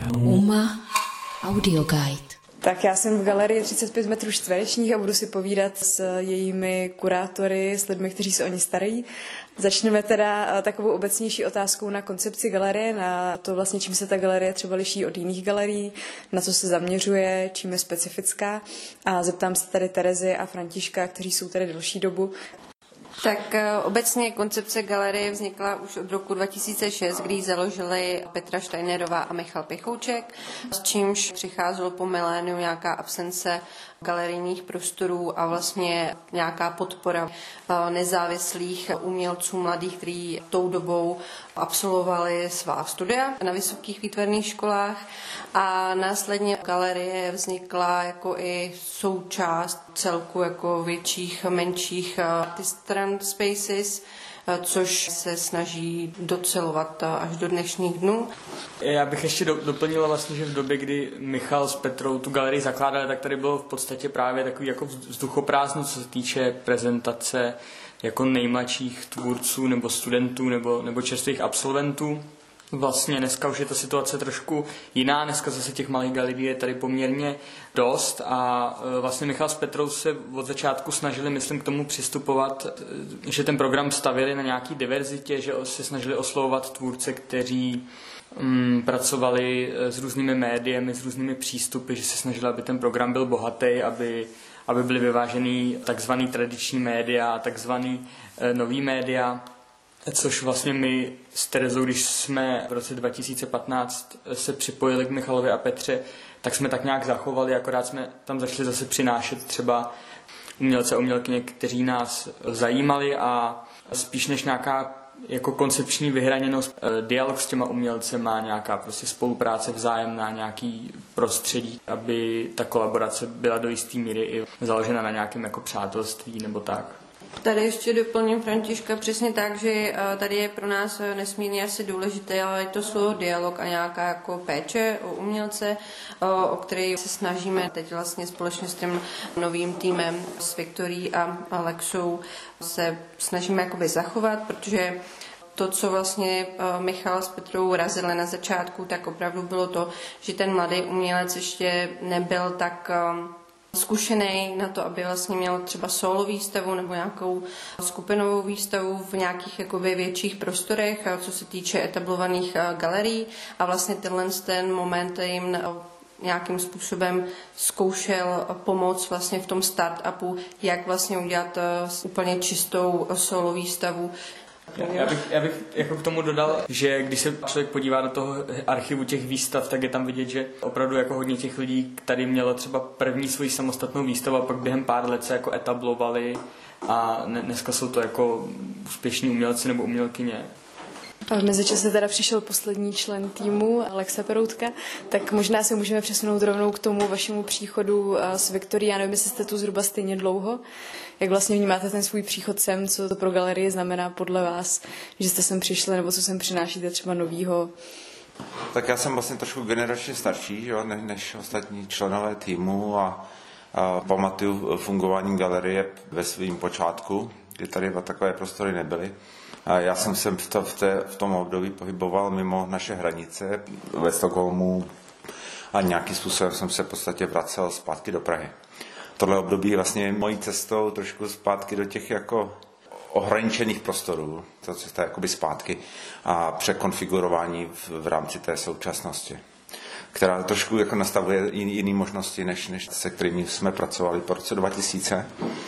UMA Audio Guide. Tak já jsem v galerii 35 metrů čtverečních a budu si povídat s jejími kurátory, s lidmi, kteří se o ní starají. Začneme teda takovou obecnější otázkou na koncepci galerie, na to vlastně, čím se ta galerie třeba liší od jiných galerií, na co se zaměřuje, čím je specifická. A zeptám se tady Terezy a Františka, kteří jsou tady delší dobu. Tak obecně koncepce galerie vznikla už od roku 2006, kdy ji založili Petra Steinerová a Michal Pechouček, s čímž přicházelo po miléniu nějaká absence galerijních prostorů a vlastně nějaká podpora nezávislých umělců mladých, kteří tou dobou absolvovali svá studia na vysokých výtvarných školách a následně galerie vznikla jako i součást celku jako větších, menších artist spaces, což se snaží docelovat až do dnešních dnů. Já bych ještě doplnila vlastně, že v době, kdy Michal s Petrou tu galerii zakládali, tak tady bylo v podstatě právě takový jako vzduchoprázdno, co se týče prezentace jako nejmladších tvůrců nebo studentů nebo čerstvých absolventů. Vlastně dneska už je ta situace trošku jiná, dneska zase těch malých galerií je tady poměrně dost a vlastně Michal s Petrou se od začátku snažili, myslím, k tomu přistupovat, že ten program stavěli na nějaký diverzitě, že se snažili oslovovat tvůrce, kteří pracovali s různými médiemi, s různými přístupy, že se snažili, aby ten program byl bohatý, aby byly vyvážený takzvaný tradiční média a takzvaný nový média. Což vlastně my s Terezou, když jsme v roce 2015 se připojili k Michalovi a Petře, tak jsme tak nějak zachovali, akorát jsme tam začali zase přinášet třeba umělce a umělkyně, kteří nás zajímali a spíš než nějaká jako koncepční vyhraněnost, dialog s těma umělcema, nějaká prostě spolupráce vzájemná, nějaký prostředí, aby ta kolaborace byla do jisté míry i založena na nějakém jako přátelství nebo tak. Tady ještě doplním Františka přesně tak, že tady je pro nás nesmírně asi důležité, ale je to slovo dialog a nějaká jako péče o umělce, o který se snažíme teď vlastně společně s tím novým týmem, s Viktorií a Alexou se snažíme jakoby zachovat, protože to, co vlastně Michal s Petrou razili na začátku, tak opravdu bylo to, že ten mladý umělec ještě nebyl tak zkušený na to, aby vlastně měl třeba solo výstavu nebo nějakou skupinovou výstavu v nějakých jakoby větších prostorech, co se týče etablovaných galerií a vlastně ten moment jim nějakým způsobem zkoušel pomoct vlastně v tom start-upu, jak vlastně udělat úplně čistou solo výstavu. Já bych jako k tomu dodal, že když se člověk podívá do toho archivu těch výstav, tak je tam vidět, že opravdu jako hodně těch lidí tady mělo třeba první svoji samostatnou výstavu a pak během pár let se jako etablovali a dneska jsou to jako úspěšní umělci nebo umělkyně. V mezičase teda přišel poslední člen týmu, Alexa Peroutka, tak možná se můžeme přesunout rovnou k tomu vašemu příchodu s Viktorií. Já nevím, jestli jste tu zhruba stejně dlouho. Jak vlastně vnímáte ten svůj příchod sem, co to pro galerii znamená podle vás, že jste sem přišli, nebo co sem přinášíte třeba novýho? Tak já jsem vlastně trošku generačně starší, jo, než ostatní členové týmu a pamatuju fungování galerie ve svém počátku, kdy tady takové prostory nebyly. Já jsem se v tom období pohyboval mimo naše hranice ve Stockholmu a nějakým způsobem jsem se v podstatě vracel zpátky do Prahy. Tohle období vlastně mojí cestou trošku zpátky do těch jako ohraničených prostorů, to cesta jakoby zpátky a překonfigurování v rámci té současnosti, která trošku jako nastavuje jiné možnosti, než se kterými jsme pracovali po roce 2000.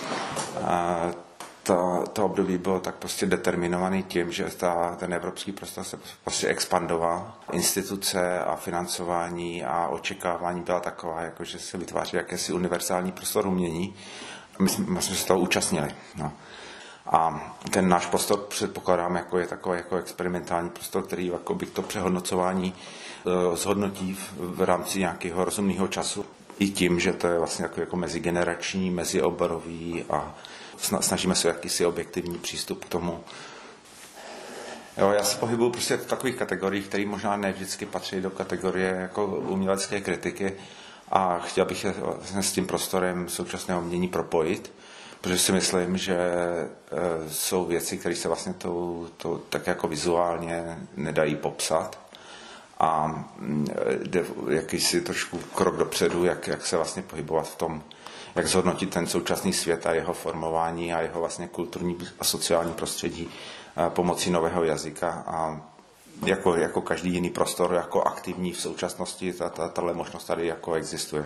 To období bylo tak prostě determinovaný tím, že ten evropský prostor se prostě expandoval. Instituce a financování a očekávání byla taková, jako že se vytváří jakési univerzální prostor umění. My jsme se toho účastnili. No. A ten náš prostor předpokládám, jako je takový jako experimentální prostor, který jako by to přehodnocování zhodnotí v rámci nějakého rozumného času. I tím, že to je vlastně jako mezigenerační, mezioborový a snažíme se o jakýsi objektivní přístup k tomu. Jo, já se pohybuju prostě v takových kategoriích, které možná ne vždycky patří do kategorie jako umělecké kritiky a chtěl bych je vlastně s tím prostorem současného umění propojit, protože si myslím, že jsou věci, které se vlastně to tak jako vizuálně nedají popsat. A jde jakýsi trošku krok dopředu, jak se vlastně pohybovat v tom, jak zhodnotit ten současný svět a jeho formování a jeho vlastně kulturní a sociální prostředí pomocí nového jazyka a jako každý jiný prostor, jako aktivní v současnosti, tato možnost tady jako existuje.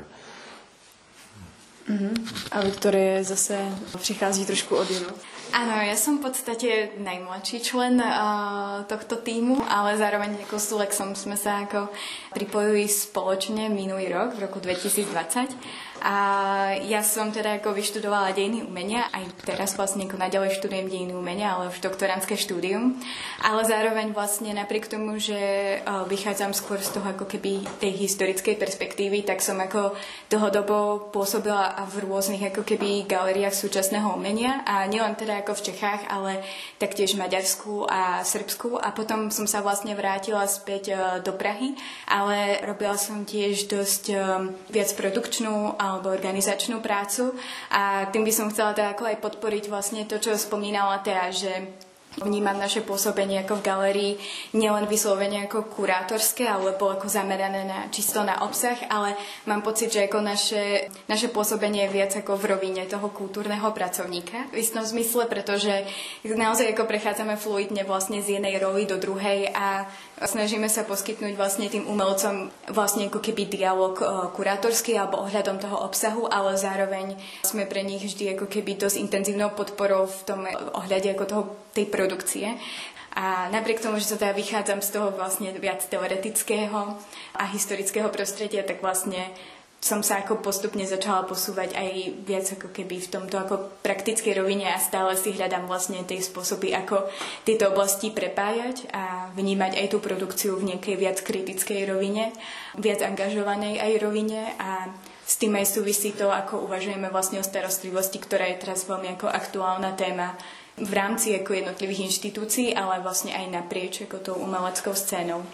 A Viktorie zase přichází trošku od jiného. Áno, ja som v podstate najmladší člen tohto týmu, ale zároveň ako s Lexom sme sa ako pripojili spoločne minulý rok, v roku 2020. A ja som teda ako vyštudovala dejiny umenia, aj teraz vlastne ako naďalej študujem dejiny umenia, ale už doktorantské štúdium. Ale zároveň vlastne napriek tomu, že vychádzam skôr z toho ako keby tej historickej perspektívy, tak som ako dlhodobo pôsobila v rôznych ako keby galériách súčasného umenia a nielen teda ako v Čechách, ale taktiež v Maďarsku a Srbsku a potom som sa vlastne vrátila späť do Prahy, ale robila som tiež dosť viac produkčnú alebo organizačnú prácu a tým by som chcela teda ako aj podporiť vlastne to, čo spomínala Tea, že vnímam naše pôsobenie ako v galérii nielen vyslovene ako kurátorské alebo ako zamerané čisto na obsah, ale mám pocit, že ako naše pôsobenie je viac ako v rovine toho kultúrneho pracovníka v istom zmysle, pretože naozaj ako prechádzame fluidne vlastne z jednej roli do druhej a snažíme sa poskytnúť vlastne tým umelcom vlastne ako keby dialog kurátorský alebo ohľadom toho obsahu, ale zároveň sme pre nich vždy ako keby dosť intenzívnou podporou v tom ohľade ako tej produkcie. A napriek tomu, že sa teda vychádzam z toho vlastne viac teoretického a historického prostredia, tak vlastne som sa ako postupne začala posúvať aj viac ako keby v tomto ako praktickej rovine a stále si hľadám vlastne tie spôsoby, ako tieto oblasti prepájať a vnímať aj tú produkciu v nejakej viac kritickej rovine, viac angažovanej aj rovine a s tým aj súvisí to, ako uvažujeme vlastne o starostlivosti, ktorá je teraz veľmi ako aktuálna téma v rámci ako jednotlivých inštitúcií, ale vlastne aj naprieč ako tou umeleckou scénou.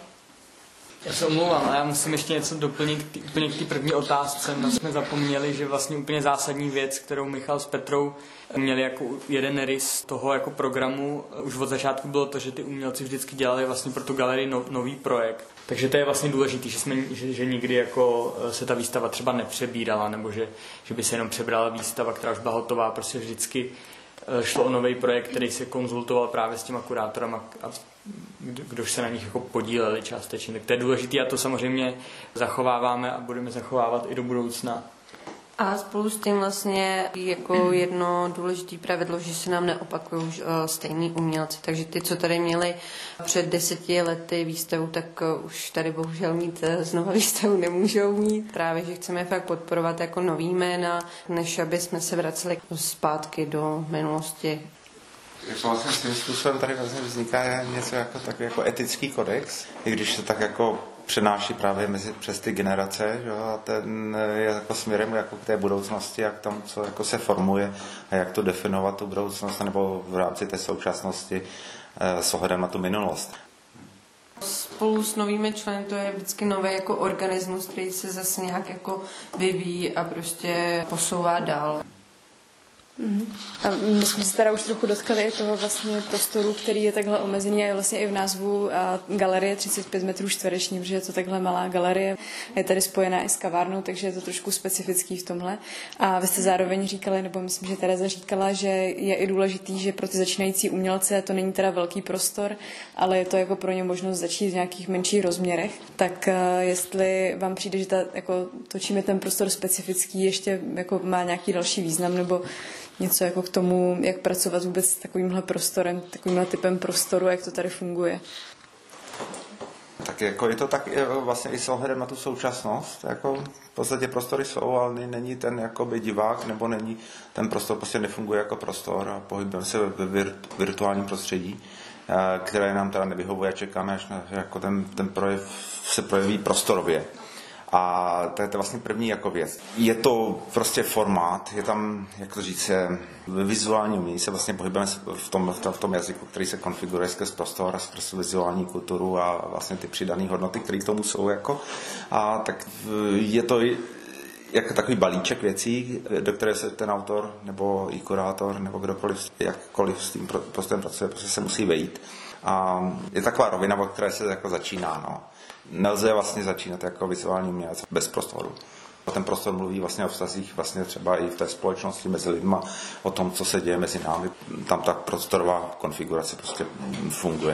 Já se omlouvám, ale já musím ještě něco doplnit úplně k té první otázce. My jsme zapomněli, že vlastně úplně zásadní věc, kterou Michal s Petrou měli jako jeden rys toho jako programu, už od začátku bylo to, že ty umělci vždycky dělali vlastně pro tu galerii nový projekt. Takže to je vlastně důležité, že nikdy jako se ta výstava třeba nepřebírala, nebo že by se jenom přebrala výstava, která už byla hotová, prostě vždycky šlo o nový projekt, který se konzultoval právě s těma kurátorama a kdož se na nich jako podíleli částečně. Tak to je důležité a to samozřejmě zachováváme a budeme zachovávat i do budoucna. A spolu s tím vlastně jako jedno důležité pravidlo, že se nám neopakují stejný umělci. Takže ty, co tady měli před 10 lety výstavu, tak už tady bohužel mít znova výstavu nemůžou mít. Právě, že chceme fakt podporovat jako nový jména, než aby jsme se vraceli zpátky do minulosti. Vlastně s tím způsobem tady vlastně vzniká něco jako takový jako etický kodex, i když se tak jako přenáší právě přes ty generace, že? A ten je jako směrem jako k té budoucnosti, jak tam co jako se formuje a jak to definovat tu budoucnost nebo v rámci té současnosti s ohledem na tu minulost. Spolu s novými členy to je vždycky nový jako organismus, který se zase nějak jako vyvíjí a prostě posouvá dál. A my jsme se teda už trochu dotkali i toho vlastně prostoru, který je takhle omezený a je vlastně i v názvu galerie 35 metrů čtverečních, protože je to takhle malá galerie. Je tady spojená i s kavárnou, takže je to trošku specifický v tomhle. A vy jste zároveň říkali, nebo myslím, že Tereza říkala, že je i důležitý, že pro ty začínající umělce to není teda velký prostor, ale je to jako pro ně možnost začít v nějakých menších rozměrech. Tak jestli vám přijde, že jako točíme ten prostor specifický, ještě jako má nějaký další význam, nebo něco jako k tomu, jak pracovat vůbec s takovýmhle prostorem, takovýmhle typem prostoru, jak to tady funguje. Tak jako je to tak vlastně i s ohledem na tu současnost, jako v podstatě prostory jsou, ale není ten jakoby divák, nebo není ten prostor, prostě nefunguje jako prostor a pohybujeme se ve virtuálním prostředí, které nám teda nevyhovuje a čekáme, až jako ten projev se projeví prostorově. A to je vlastně první jako věc. Je to prostě formát, je tam, jak to říct, ve vizuální umění se vlastně pohybujeme v tom jazyku, který se konfiguruje skrz prostor a skrz vizuální kulturu a vlastně ty přidané hodnoty, které k tomu jsou jako. A tak je to jako takový balíček věcí, do které se ten autor nebo i kurátor nebo kdokoliv, jakkoliv s tím prostorem pracuje, prostě se musí vejít. A je taková rovina, o které se jako začíná. No. Nelze vlastně začínat jako vizuální umělec bez prostoru. Ten prostor mluví vlastně o vztazích vlastně třeba i v té společnosti mezi lidma, o tom, co se děje mezi námi. Tam ta prostorová konfigurace prostě funguje.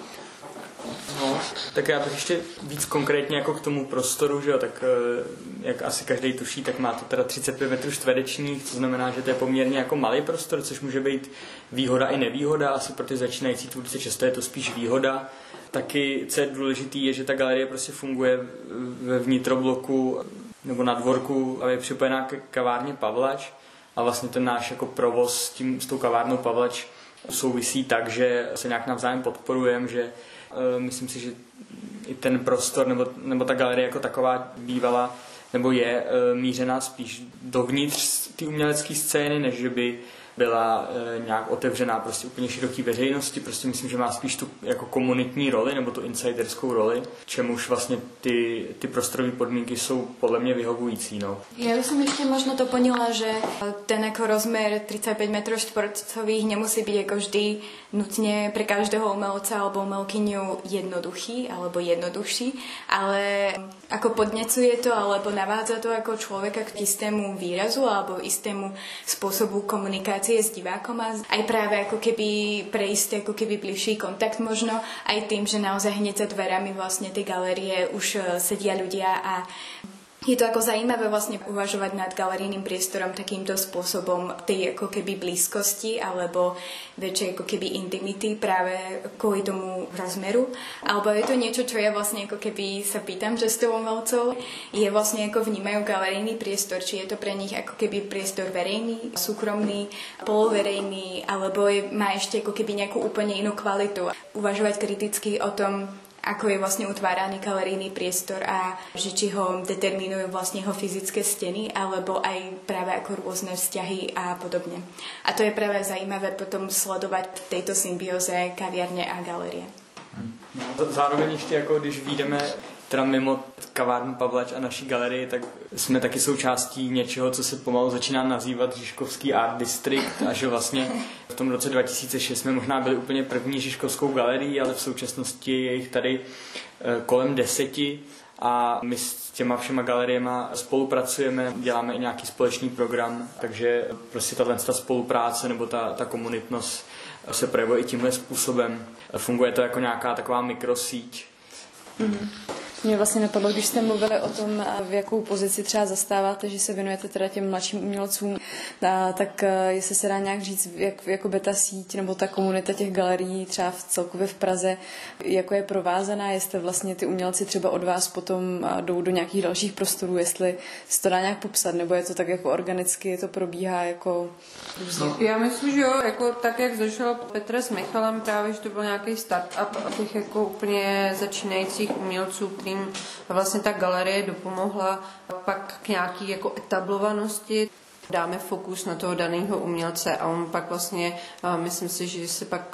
No, tak já bych ještě víc konkrétně jako k tomu prostoru, že jo, tak jak asi každý tuší, tak má to teda 35 metrů čtverečních, co znamená, že to je poměrně jako malý prostor, což může být výhoda i nevýhoda, asi pro ty začínající tvůrce často je to spíš výhoda. Taky, co je důležitý, je, že ta galerie prostě funguje ve vnitrobloku nebo na dvorku a je připojená k kavárně Pavlač a vlastně ten náš jako provoz s tou kavárnou Pavlač souvisí tak, že se nějak navzájem podporujeme, že myslím si, že i ten prostor nebo ta galerie jako taková bývala nebo je mířená spíš dovnitř té umělecké scény, než že by byla nějak otevřená prostě úplně široký veřejnosti. Prostě myslím, že má spíš tu jako komunitní roli nebo tu insiderskou roli, čemuž vlastně ty prostorové podmínky jsou podle mě vyhovující. No. Ja by som ešte možno doplnila, že ten ako rozmer 35 metrov štvorcových nemusí byť ako vždy nutne pre každého umelca alebo umelkyňu jednoduchý alebo jednoduchší, ale ako podnecuje to alebo navádza to ako človeka k istému výrazu alebo istému spôsobu komunikácie s divákom a aj práve ako keby prejsť ako keby bližší kontakt možno aj tým, že naozaj hneď za dverami vlastne tej galérie už sedia ľudia a je to ako zaujímavé vlastne uvažovať nad galerijným priestorom takýmto spôsobom tej ako keby blízkosti alebo väčšej ako keby intimity práve kvôli tomu rozmeru. Alebo je to niečo, čo ja vlastne ako keby sa pýtam často umelcov, je vlastne ako vnímajú galerijný priestor, či je to pre nich ako keby priestor verejný, súkromný, poloverejný, alebo má ešte ako keby nejakú úplne inú kvalitu. Uvažovať kriticky o tom, ako je vlastne utváraný galerijný priestor a že či ho determinujú vlastne jeho fyzické steny alebo aj práve ako rôzne vzťahy a podobne. A to je práve zaujímavé potom sledovať v tejto symbióze kaviarne a galerie. No, zároveň ještě jako když vyjdeme teda mimo kavárnu Pavlač a naší galerii, tak jsme taky součástí něčeho, co se pomalu začíná nazývat Žižkovský Art District a že vlastně v tom roce 2006 jsme možná byli úplně první žižkovskou galerií, ale v současnosti je jich tady kolem 10 a my s těma všema galeriema spolupracujeme, děláme i nějaký společný program, takže prostě ta spolupráce nebo ta komunitnost se projevuje i tímhle způsobem. Funguje to jako nějaká taková mikrosíť. Mm-hmm. Mě vlastně napadlo, když jste mluvili o tom, v jakou pozici třeba zastáváte, že se věnujete teda těm mladším umělcům, tak jestli se dá nějak říct, jak jakoby ta síť nebo ta komunita těch galerií třeba celkově v Praze, jako je provázaná, jestli vlastně ty umělci třeba od vás potom jdou do nějakých dalších prostorů, jestli se to dá nějak popsat, nebo je to tak jako organicky, to probíhá jako různě. Já myslím, že jo, jako tak, jak začal Petr s Michalem, právě, že to byl nějaký start-up těch jako úplně začínajících umělců, kterým vlastně ta galerie dopomohla pak k nějaký jako etablovanosti. Dáme fokus na toho daného umělce a on pak vlastně, myslím si, že se pak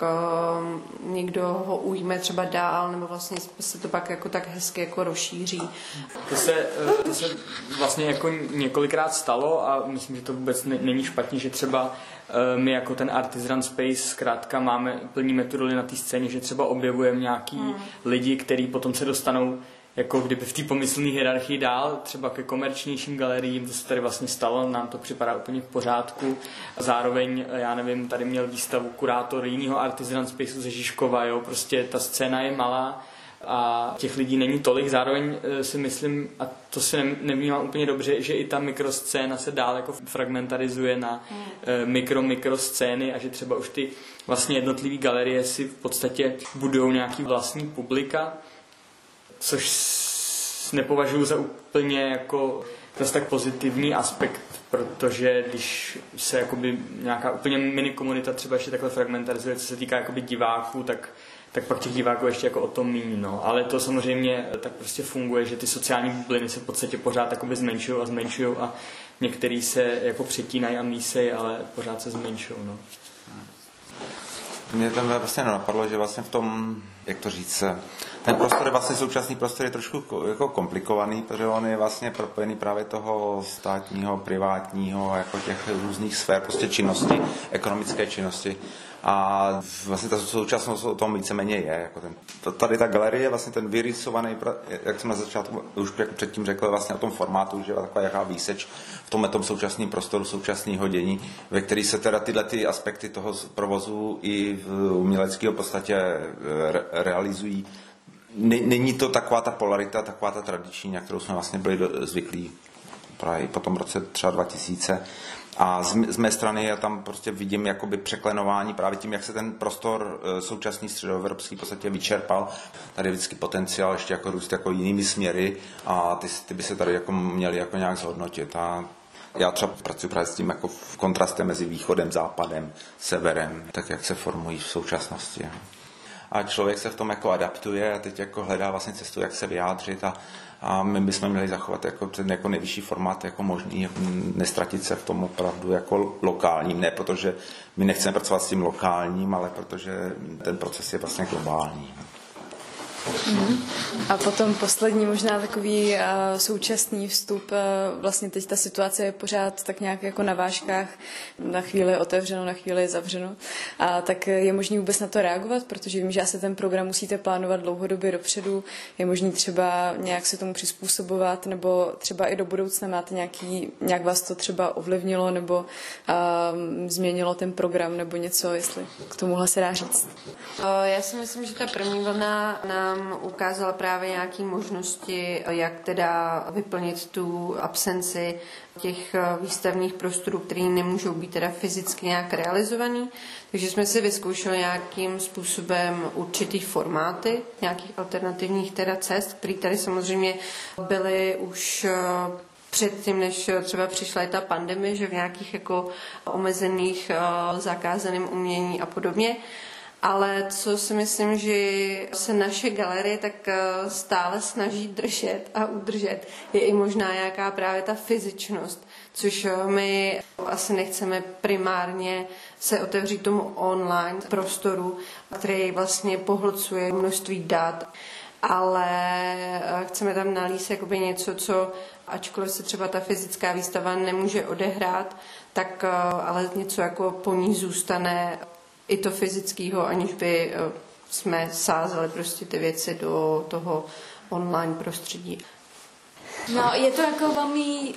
někdo ho ujme třeba dál, nebo vlastně se to pak jako tak hezky jako rozšíří. To se vlastně jako několikrát stalo a myslím, že to vůbec není špatně, že třeba my jako ten Artisan Space zkrátka plníme tu roli na té scéně, že třeba objevujeme nějaký lidi, kteří potom se dostanou jako kdyby v té pomyslné hierarchii dál, třeba ke komerčnějším galeriím, to se tady vlastně stalo, nám to připadá úplně v pořádku. Zároveň, já nevím, tady měl výstavu kurátor jiného Artisan Spaceu ze Žižkova, jo, prostě ta scéna je malá a těch lidí není tolik. Zároveň si myslím, a to si nevnímám úplně dobře, že i ta mikroscéna se dál jako fragmentarizuje na mikroscény a že třeba už ty vlastně jednotlivé galerie si v podstatě budujou nějaký vlastní publika, což nepovažuji za úplně jako zase tak pozitivní aspekt, protože když se jakoby nějaká úplně mini komunita třeba ještě takhle fragmentarizuje, co se týká jakoby diváků, tak pak těch diváků ještě jako o tom míní, no. Ale to samozřejmě tak prostě funguje, že ty sociální bubliny se v podstatě pořád jakoby zmenšují a některý se jako přetínají a mísejí, ale pořád se zmenšují, no. Mě tam vlastně napadlo, že vlastně v tom, jak to říct, ten prostor, vlastně současný prostor je trošku jako komplikovaný, protože on je vlastně propojený právě toho státního, privátního, jako těch různých sfér, prostě činnosti, ekonomické činnosti. A vlastně ta současnost o tom víceméně je. Jako tady ta galerie, vlastně ten vyrysovaný, jak jsem na začátku už jako předtím řekl, vlastně o tom formátu, že je taková jaká výseč v tom současném prostoru, současného dění, ve který se teda tyhle ty aspekty toho provozu i v uměleckého podstatě realizují. Není to taková ta polarita, taková ta tradiční, na kterou jsme vlastně byli zvyklí právě po tom roce třeba 2000. A z mé strany já tam prostě vidím jakoby překlenování právě tím, jak se ten prostor současný středoevropský v podstatě vyčerpal. Tady je vždycky potenciál ještě jako růst jako jinými směry a ty by se tady jako měly jako nějak zhodnotit. A já třeba pracuji právě s tím jako v kontrastem mezi východem, západem, severem, tak jak se formují v současnosti. A člověk se v tom jako adaptuje a teď jako hledá vlastně cestu, jak se vyjádřit a my bychom měli zachovat jako ten jako nejvyšší formát jako možný, jako nestratit se v tom opravdu jako lokálním, ne protože my nechceme pracovat s tím lokálním, ale protože ten proces je vlastně globální. A potom poslední možná takový současný vstup, vlastně teď ta situace je pořád tak nějak jako na vážkách, na chvíli je otevřeno, na chvíli je zavřeno. A tak je možný vůbec na to reagovat, protože vím, že asi ten program musíte plánovat dlouhodobě dopředu, je možný třeba nějak se tomu přizpůsobovat, nebo třeba i do budoucna máte nějak vás to třeba ovlivnilo, nebo změnilo ten program, nebo něco, jestli k tomuhle se dá říct. Já si myslím, že ta první vlna nám ukázala právě nějaké možnosti, jak teda vyplnit tu absenci těch výstavních prostorů, které nemůžou být teda fyzicky nějak realizovaný. Takže jsme si vyzkoušeli nějakým způsobem určitý formáty, nějakých alternativních teda cest, které tady samozřejmě byly už předtím, než třeba přišla i ta pandemie, že v nějakých jako omezených zakázaným umění a podobně. Ale co si myslím, že se naše galerie tak stále snaží držet a udržet, je i možná nějaká právě ta fyzičnost, což my asi nechceme primárně se otevřít tomu online prostoru, který vlastně pohlcuje množství dat, ale chceme tam nalíst jakoby něco, co ačkoliv se třeba ta fyzická výstava nemůže odehrát, tak ale něco jako po ní zůstane i to fyzického, aniž by jsme sázeli prostě ty věci do toho online prostředí. No, je to jako veľmi...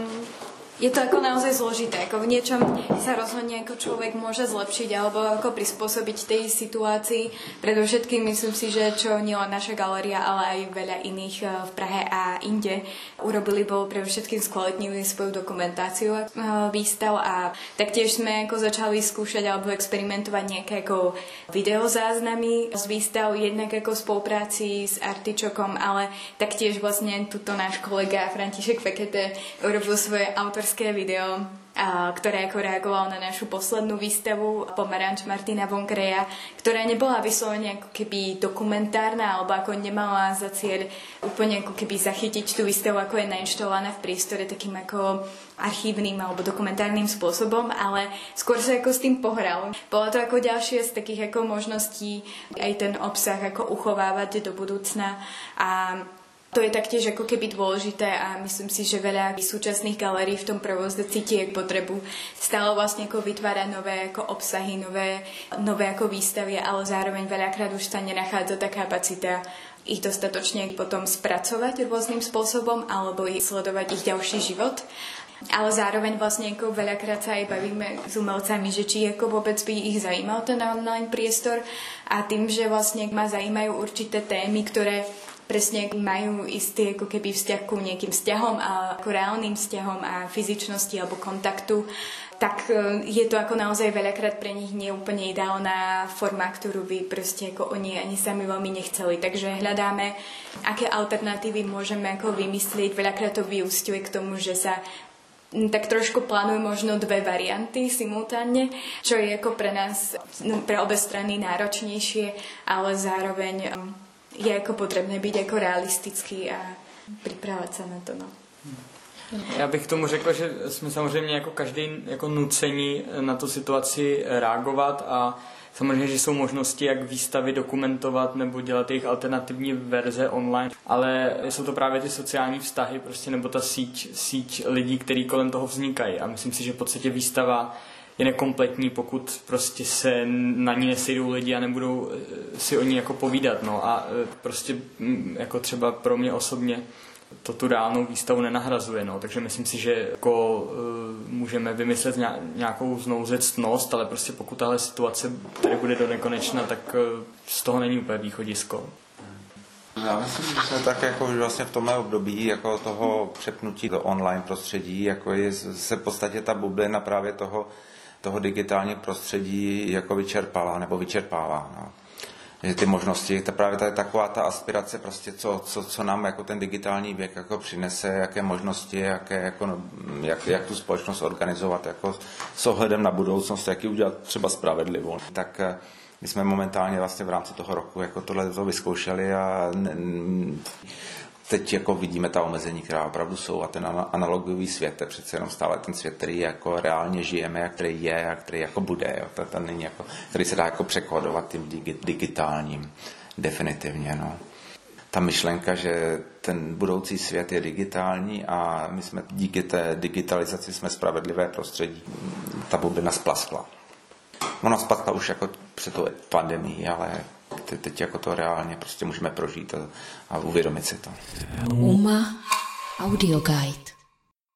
je to ako naozaj zložité, ako v niečom sa rozhodne ako človek môže zlepšiť alebo ako prispôsobiť tej situácii. Predovšetkým myslím si, že čo nielen naša galéria, ale aj veľa iných v Prahe a inde urobili, bol predovšetkým skvalitnili svoju dokumentáciu výstav a taktiež sme ako začali skúšať alebo experimentovať nejaké ako videozáznamy z výstav, jednak ako v spolupráci s Artičokom, ale taktiež vlastne tuto náš kolega František Fekete urobil svoje autorské video, ktoré ako reagovalo na našu poslednú výstavu Pomaranč Martina Vonkreja, ktorá nebola vyslovene ako keby dokumentárna alebo ako nemala za cieľ úplne ako keby zachytiť tú výstavu, ako je nainštalovaná v priestore takým ako archívnym alebo dokumentárnym spôsobom, ale skôr sa ako s tým pohral. Bolo to ako ďalšie z takých ako možností aj ten obsah ako uchovávať do budúcna a to je taktiež ako keby dôležité a myslím si, že veľa súčasných galérií v tom provoze cíti potrebu stále vlastne ako vytvárať nové ako obsahy, nové ako výstavy, ale zároveň veľakrát už sa nenachádza tá kapacita ich dostatočne potom spracovať rôznym spôsobom alebo sledovať ich ďalší život. Ale zároveň vlastne ako veľakrát sa aj bavíme s umelcami, že či ako vôbec by ich zajímal ten online priestor a tým, že vlastne ma zajímajú určité témy, ktoré presne majú istý ako keby vzťah ku nejakým vzťahom a ako reálnym vzťahom a fyzičnosti alebo kontaktu, tak je to ako naozaj veľakrát pre nich neúplne ideálna forma, ktorú by proste ako oni ani sami veľmi nechceli. Takže hľadáme, aké alternatívy môžeme ako vymyslieť. Veľakrát to vyúsťuje k tomu, že sa tak trošku plánujú možno dve varianty simultánne, čo je ako pre nás, pre obe strany náročnejšie, ale zároveň je jako potřebné být jako realistický a připravit se na to. No. Já bych k tomu řekl, že jsme samozřejmě jako každý jako nucení na tu situaci reagovat a samozřejmě, že jsou možnosti, jak výstavy dokumentovat nebo dělat jejich alternativní verze online, ale jsou to právě ty sociální vztahy prostě, nebo ta síť lidí, který kolem toho vznikají a myslím si, že v podstatě výstava je nekompletní, pokud prostě se na ní nesejdou lidi a nebudou si o ní jako povídat. No a prostě jako třeba pro mě osobně to tu reálnou výstavu nenahrazuje. No. Takže myslím si, že jako můžeme vymyslet nějakou znouzectnost, ale prostě pokud tahle situace tady bude do nekonečna, tak z toho není úplně východisko. Já myslím, že jsme tak jako vlastně v tomhle období jako toho přepnutí do online prostředí, jako je se v podstatě ta bublina právě toho digitálního prostředí jako vyčerpala nebo vyčerpává. No. Že ty možnosti, to právě tady taková ta aspirace, prostě co nám jako ten digitální věk jako přinese, jaké možnosti, jak tu společnost organizovat jako s ohledem na budoucnost, jak ji udělat třeba spravedlivou. Tak my jsme momentálně vlastně v rámci toho roku jako tohle to vyzkoušeli a teď jako vidíme ta omezení, která opravdu jsou a ten analogový svět je přece jenom stále ten svět, který jako reálně žijeme, a který je a který jako bude. Jo. To není jako, který se dá jako překódovat tím digitálním definitivně. No. Ta myšlenka, že ten budoucí svět je digitální a my jsme díky té digitalizaci jsme spravedlivé prostředí, ta bublina splaskla. Ona spadla už jako před tou pandemií, ale teď jako to reálně prostě můžeme prožít a uvědomit si to. UMA Audio Guide.